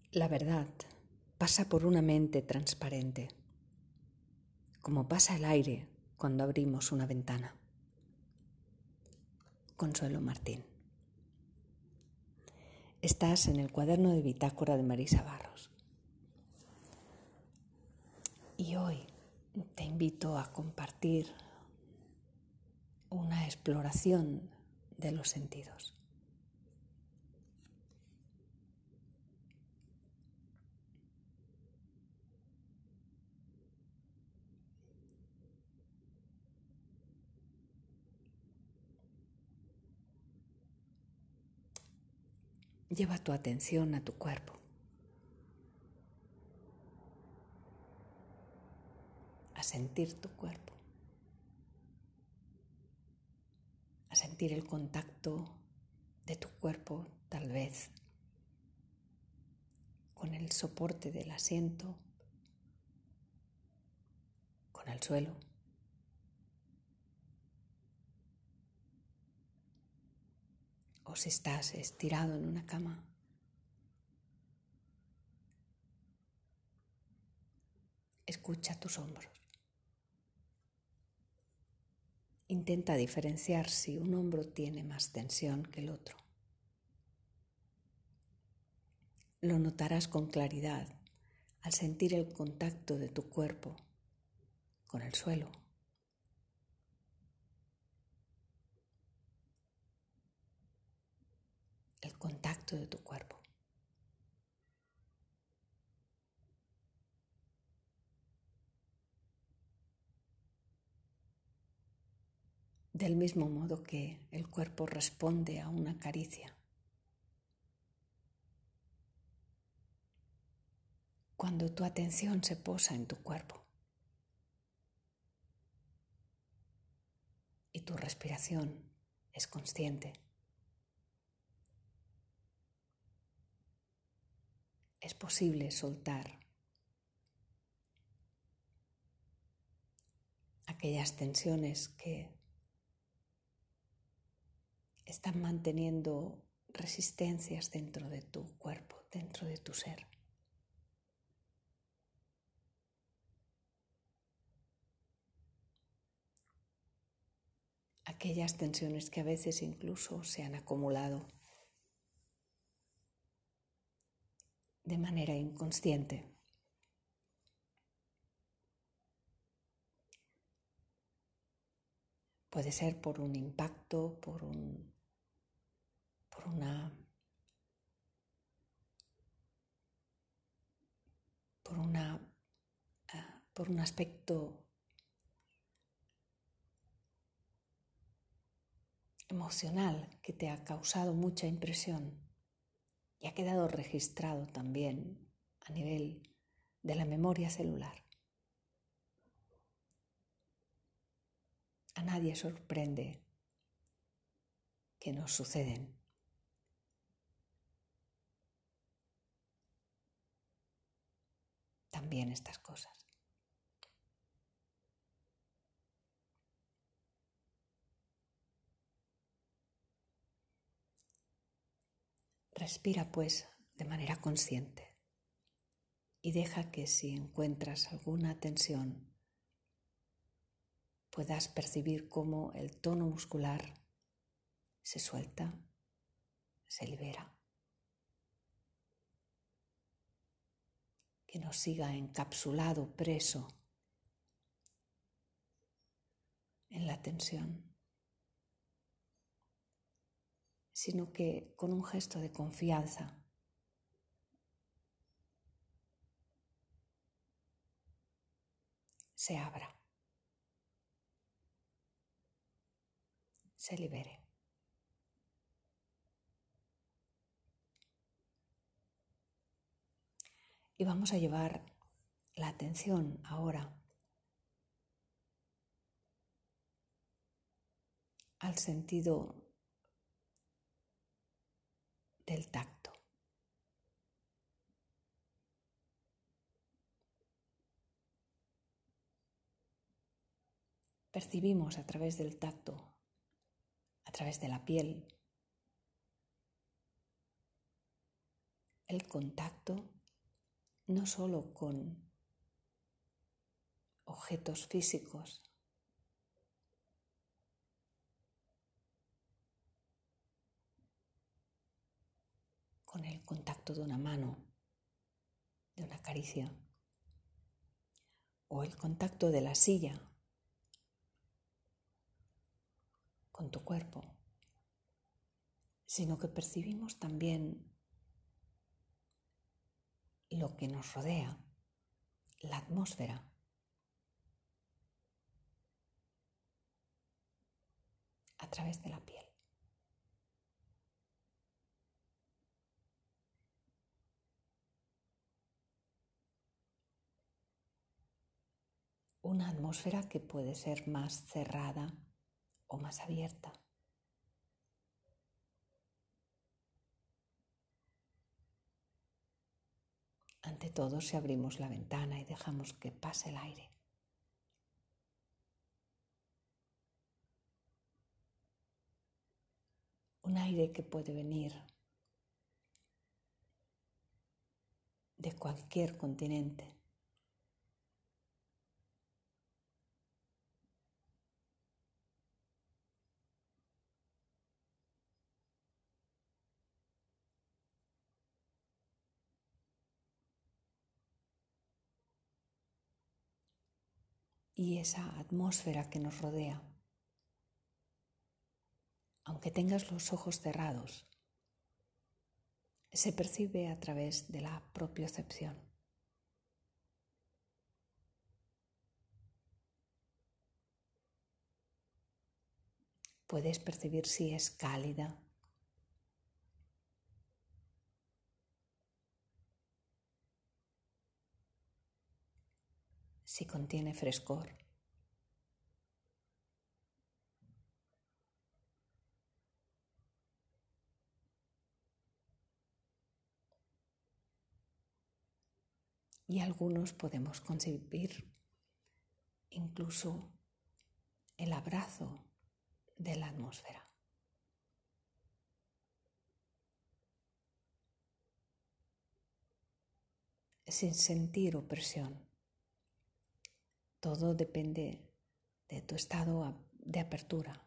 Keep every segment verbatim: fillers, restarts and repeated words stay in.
La verdad pasa por una mente transparente, como pasa el aire cuando abrimos una ventana. Consuelo Martín. Estás en el cuaderno de bitácora de Marisa Barros. Y hoy te invito a compartir una exploración de los sentidos. Lleva tu atención a tu cuerpo, a sentir tu cuerpo, a sentir el contacto de tu cuerpo, tal vez con el soporte del asiento, con el suelo. O si estás estirado en una cama, escucha tus hombros. Intenta diferenciar si un hombro tiene más tensión que el otro. Lo notarás con claridad al sentir el contacto de tu cuerpo con el suelo. El contacto de tu cuerpo. Del mismo modo que el cuerpo responde a una caricia. Cuando tu atención se posa en tu cuerpo y tu respiración es consciente, es posible soltar aquellas tensiones que están manteniendo resistencias dentro de tu cuerpo, dentro de tu ser. Aquellas tensiones que a veces incluso se han acumulado de manera inconsciente. Puede ser por un impacto, por un, por una, por una, uh, por un aspecto emocional que te ha causado mucha impresión y ha quedado registrado también a nivel de la memoria celular. A nadie sorprende que nos suceden. También estas cosas. Respira pues de manera consciente y deja que si encuentras alguna tensión puedas percibir cómo el tono muscular se suelta, se libera, que no siga encapsulado, preso en la tensión, sino que con un gesto de confianza se abra, se libere. Y vamos a llevar la atención ahora al sentido del tacto. Percibimos a través del tacto, a través de la piel, el contacto no solo con objetos físicos, con el contacto de una mano, de una caricia, o el contacto de la silla con tu cuerpo, sino que percibimos también lo que nos rodea, la atmósfera, a través de la piel. Una atmósfera que puede ser más cerrada o más abierta. Ante todo, si abrimos la ventana y dejamos que pase el aire. Un aire que puede venir de cualquier continente. Y esa atmósfera que nos rodea, aunque tengas los ojos cerrados, se percibe a través de la propiocepción. Puedes percibir si es cálida, si contiene frescor. Y algunos podemos concebir incluso el abrazo de la atmósfera. Sin sentir opresión. Todo depende de tu estado de apertura.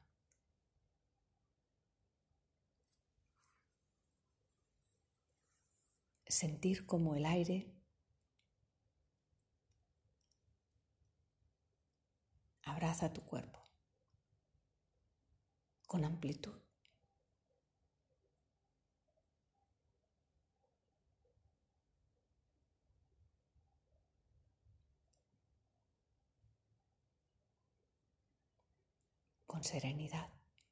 Sentir como el aire abraza tu cuerpo con amplitud. Con serenidad.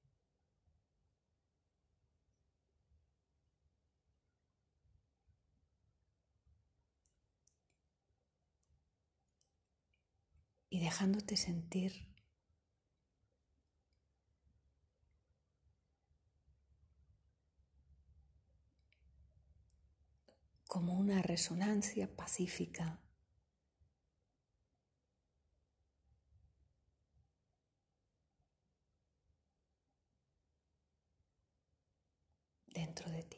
Y dejándote sentir como una resonancia pacífica dentro de ti.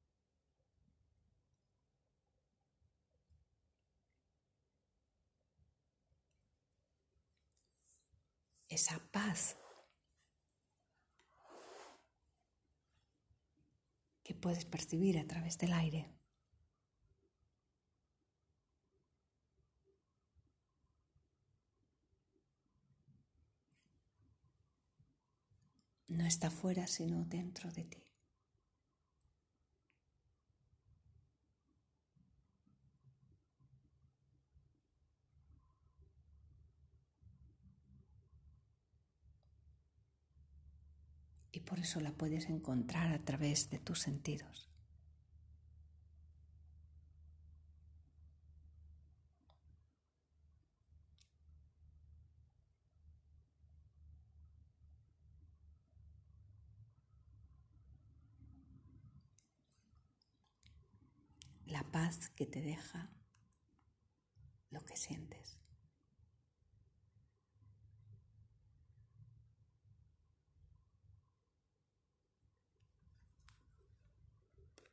Esa paz que puedes percibir a través del aire. No está fuera, sino dentro de ti. Y por eso la puedes encontrar a través de tus sentidos. La paz que te deja lo que sientes.